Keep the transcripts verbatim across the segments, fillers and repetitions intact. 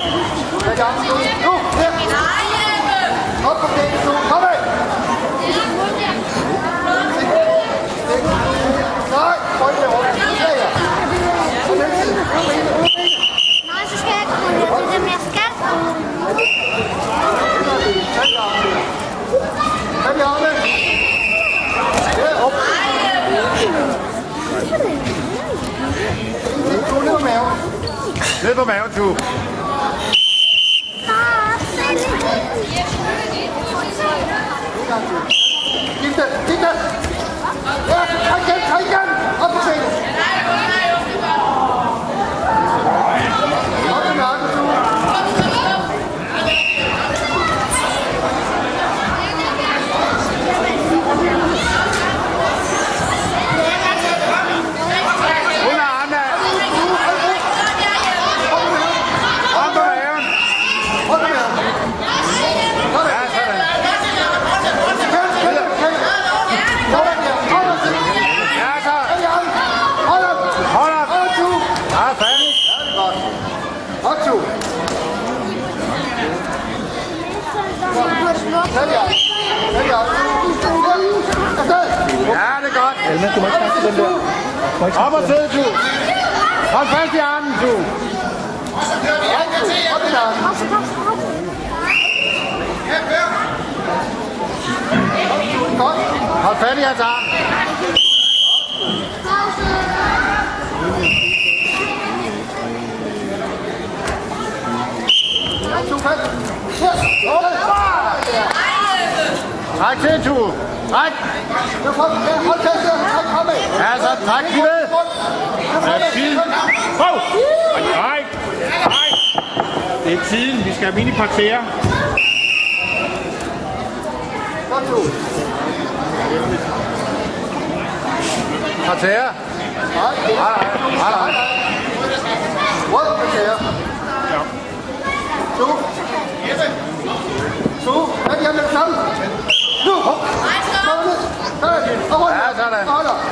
Nu, her. Op på dækken, nu. Kom af. Nej, hold det over. Nu skal jeg. Nej, så skal jeg ikke gå ned til dem, jeg skal. Kom i arme. Op. Tu, ned på maven. Ned på maven, Tu. Giv det, giv det. Ja, træk igen, træk igen. Op på scenen. Op i nakken, Tu. Under armene. Op på maven. Op på maven. Ja, sådan. Ja, så. Hold op! Hold op. Hold op, Tu! Ja, færdig. Ja, det er godt. Hold, Tu! Færdig op! Færdig op! Afsted! Ja, det er godt. Alma, du må ikke snakke til den der. Du må ikke Op og sidde, Tu. Hold fast i armen, Tu. Op i nakken. Godt. Hold fat i hans arm. Tu, fast. Her. Træk til, Tu. Træk. Hold fast der. Træk fremad. Ja, så træk lige ved. Ja, Tiden. Hov! Nej, nej. Det er tiden. Vi skal have mini-parterre. Godt, Tu. Parterre. Nej, Nej, nej, nej, nej. rød parterre. Tu. Tu. Hvad er det sammen? Nu. Hop. Kom ned. Sådan. Og rundt. Ja, sådan. Hold op.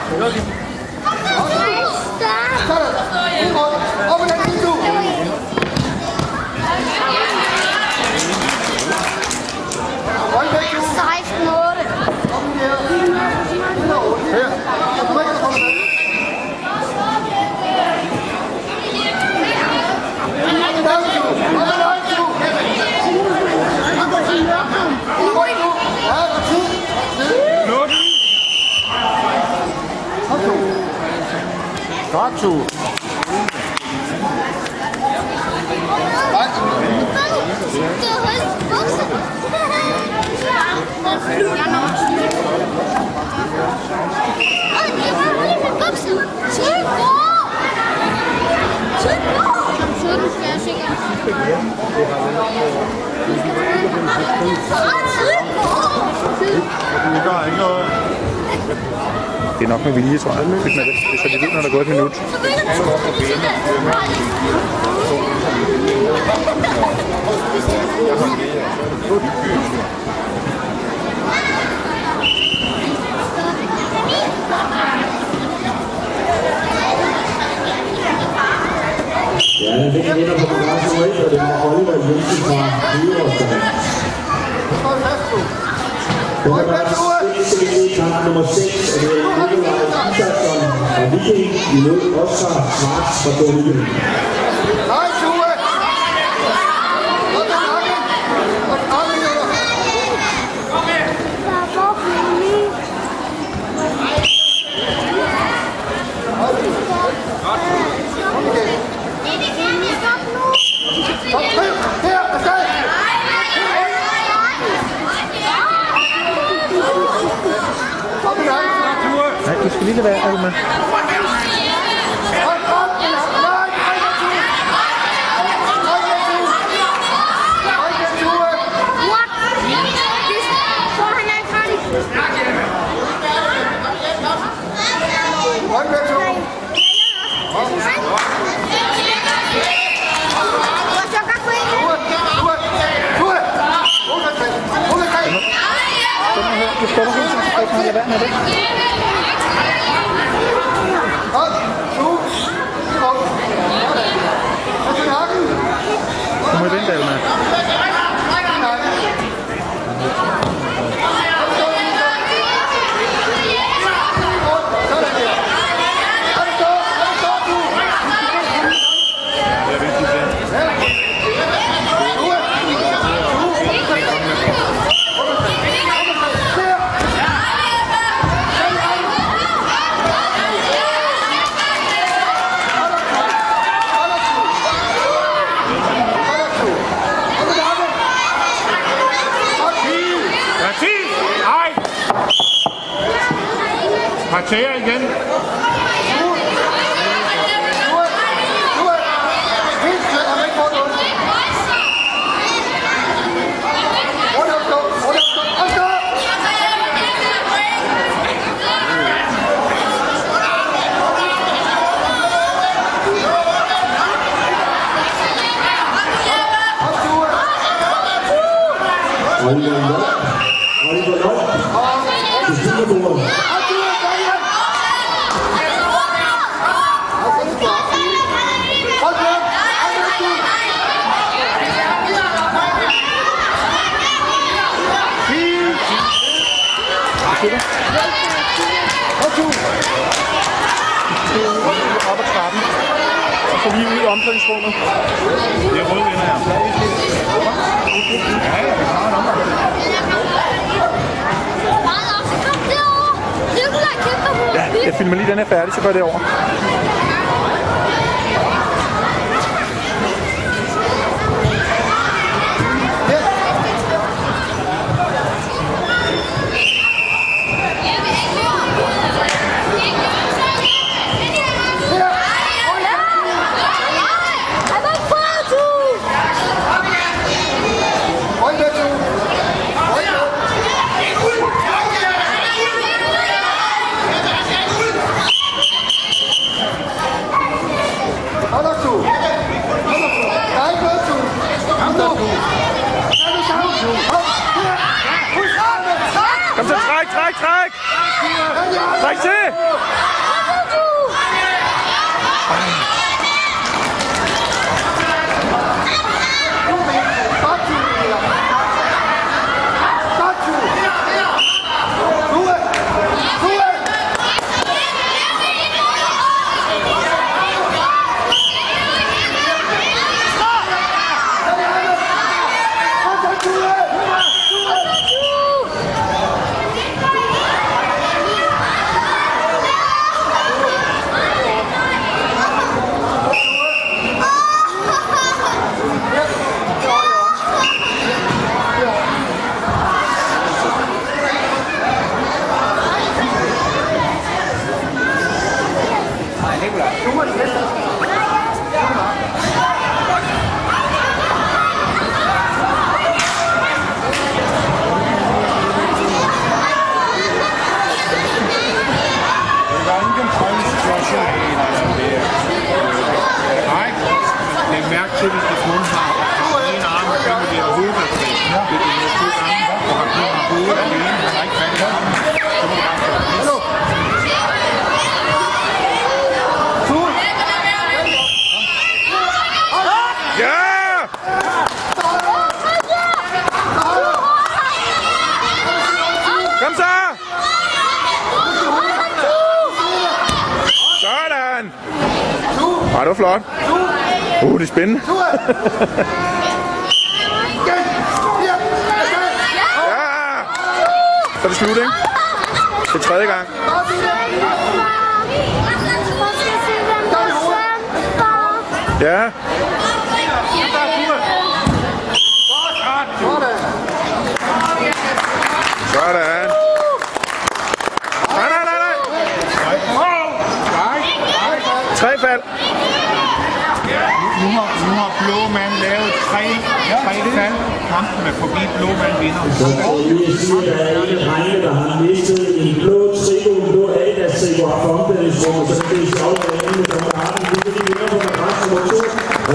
Sådan. Ind rundt. Op med den ene, Tu. Hold væk, Tu. seksten otte. Kom her. Her. Du må ikke komme med. Op med den, Tu. Op med den, Tu. Rundt, Tu. Ja, der er tid. Tid. Slut. Kom, Tu. Godt, Tu. Nej. Det er hul i buksen. Jeg når. Åh, det er hul i min bukse. Tid går. Tid går. Sådan skal jeg sikkert. Ah, tid går. Det gør ikke noget. Det er nok med vilje, tror jeg. Fik man det, så de ved, når der er gået et minut. Ja, den fik vinder på konkurrence nummer et, og det var Oliver Jensen fra Hviderødsdagen. Hold fast, Tu. På konkurrence i kamp nummer seks, og det er Nikolaj Isakson fra Viking imod Oscar Schwarz fra Dornigen. Nej, Tue! Op med nakken! Op med nakken, Jøller! Der er våben lige. Kom igen! Stop nu. Kom, her! Her! Afsted! Op med nakken! Nej, du skal lige lade være, Alma. Hold op! Nej! Hold med Tue! Hold med Tue! Hold med Tue! What? Det får han ikke gratis. Hold med Tue! Du stopper helt, så skal ikke lade være med det. kommer i Vindal med. Parter igen. Oliver Lund. Oliver Lund. Til stillebordet. Op ad trappen. Og så lige ud i omklædningsrummet. Det er rødvinder her. Ja, ja, vi klarer en omgang. Ja, jeg filmer lige den her færdig, så går det over. Kom så, træk, træk, træk! Træk til! Læg mærke til, hvis det kun har en arm, så kan det overhovedet være fri. Det er de to gange, og han kun har hovedet alene. Han har ikke fat i armen. Så må du bare få det. Ja! Kom så! Sådan! Ej, det var flot. Uh, det er spændende. Ja! Så er det slut, ikke? Det er tredje gang. Ja. Sådan. Nej, nej, nej, nej. Tre fald. Nu har, nu har Blåmand lavet tre, tre fald. Kampene forbi Blåmand vinder. Så får vi sige, at der er ikke drenge, der har mistet en blå trikot, en blå Adidas-trikot fra omklædningsrummet, så det er sjovt, at ingen, der har den. Det er fordi, vi er på madras nummer to.